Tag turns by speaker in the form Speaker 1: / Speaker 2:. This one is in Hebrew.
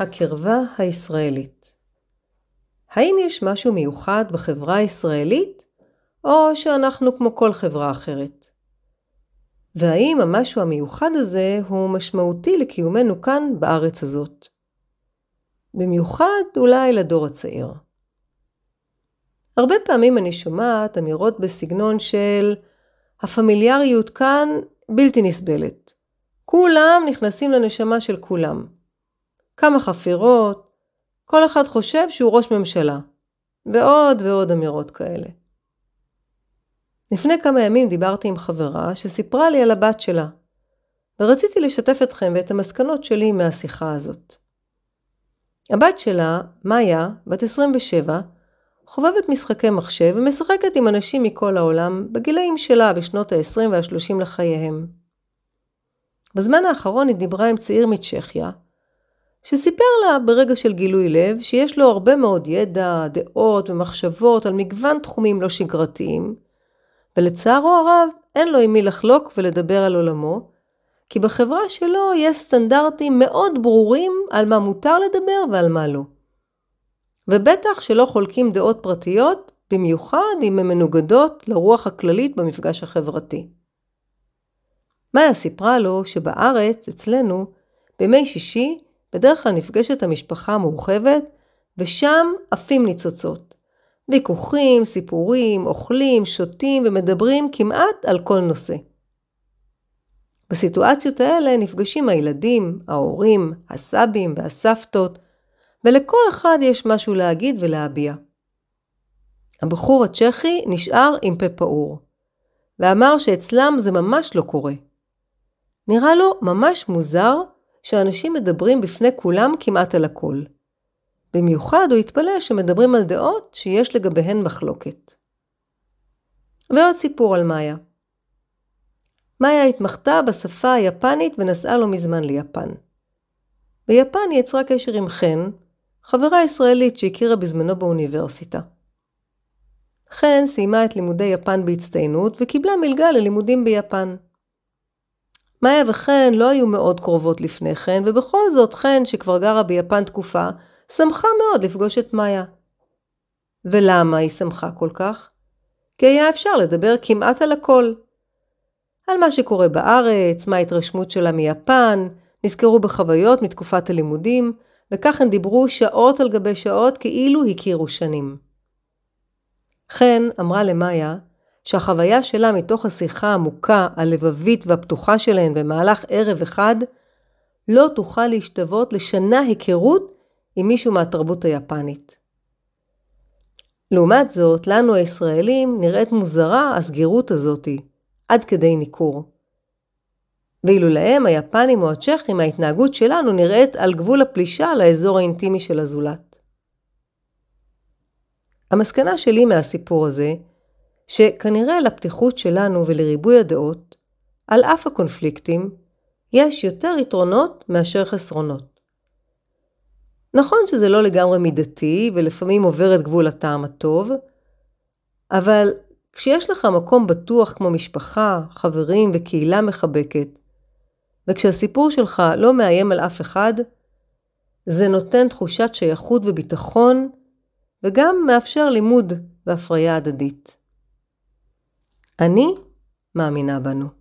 Speaker 1: הקרבה הישראלית. האם יש משהו מיוחד בחברה הישראלית, או שאנחנו כמו כל חברה אחרת? והאם המשהו המיוחד הזה הוא משמעותי לקיומנו כאן בארץ הזאת? במיוחד אולי לדור הצעיר. הרבה פעמים אני שומעת אמירות בסגנון של הפמיליאריות כאן בלתי נסבלת. כולם נכנסים לנשמה של כולם. כמה חפירות, כל אחד חושב שהוא ראש ממשלה. ועוד ועוד אמירות כאלה. לפני כמה ימים דיברתי עם חברה שסיפרה לי על הבת שלה. ורציתי לשתף אתכם ואת המסקנות שלי מהשיחה הזאת. הבת שלה, מאיה, בת 27, חובבת משחקי מחשב ומשחקת עם אנשים מכל העולם בגילאים שלה בשנות ה-20 וה-30 לחייהם. בזמן האחרון היא דיברה עם צעיר מצ'כיה, שסיפר לה ברגע של גילוי לב שיש לו הרבה מאוד ידע, דעות ומחשבות על מגוון תחומים לא שגרתיים, ולצערו הרב אין לו עם מי לחלוק ולדבר על עולמו, כי בחברה שלו יש סטנדרטים מאוד ברורים על מה מותר לדבר ועל מה לא. ובטח שלא חולקים דעות פרטיות, במיוחד אם הן מנוגדות לרוח הכללית במפגש החברתי. מאיה סיפרה לו שבארץ, אצלנו, בימי שישי, בדרך כלל נפגשת המשפחה המורחבת, ושם עפים ניצוצות. ויכוחים, סיפורים, אוכלים, שותים ומדברים כמעט על כל נושא. בסיטואציות האלה נפגשים הילדים, ההורים, הסבים והסבתות, ולכל אחד יש משהו להגיד ולהביע. הבחור הצ'כי נשאר עם פה פעור, ואמר שאצלם זה ממש לא קורה. נראה לו ממש מוזר שאנשים מדברים בפני כולם כמעט על הכל. במיוחד הוא התפלא שמדברים על דעות שיש לגביהן מחלוקת. ועוד סיפור על מאיה. מאיה התמחתה בשפה היפנית ונסעה לא מזמן ליפן. ביפן היא יצרה קשר עם חן, חברה ישראלית שהכירה בזמנו באוניברסיטה. חן סיימה את לימודי יפן בהצטיינות וקיבלה מלגה ללימודים ביפן. מאיה וחן לא היו מאוד קרובות לפני כן, ובכל זאת חן שכבר גרה ביפן תקופה, שמחה מאוד לפגוש את מאיה. ולמה היא שמחה כל כך? כי היה אפשר לדבר כמעט על הכל. על מה שקורה בארץ, מה ההתרשמות שלה מיפן, נזכרו בחוויות מתקופת הלימודים, וכך הן דיברו שעות על גבי שעות כאילו הכירו שנים. חן אמרה למאיה שהחוויה שלה מתוך השיחה העמוקה, הלבבית והפתוחה שלהן במהלך ערב אחד, לא תוכל להשתוות לשנה היכרות עם מישהו מהתרבות היפנית. לעומת זאת, לנו הישראלים נראית מוזרה הסגירות הזאת, עד כדי ניכור. ואילו להם, היפנים או הצ'כים, ההתנהגות שלנו נראית על גבול הפלישה לאזור האינטימי של הזולת. המסקנה שלי מהסיפור הזה, שכנראה לפתיחות שלנו ולריבוי הדעות, על אף הקונפליקטים, יש יותר יתרונות מאשר חסרונות. נכון שזה לא לגמרי מידתי ולפעמים עובר את גבול הטעם הטוב, אבל כשיש לך מקום בטוח כמו משפחה, חברים וקהילה מחבקת, וכשהסיפור שלך לא מאיים על אף אחד, זה נותן תחושת שייכות וביטחון, וגם מאפשר לימוד והפריה הדדית. אני מאמינה בנו.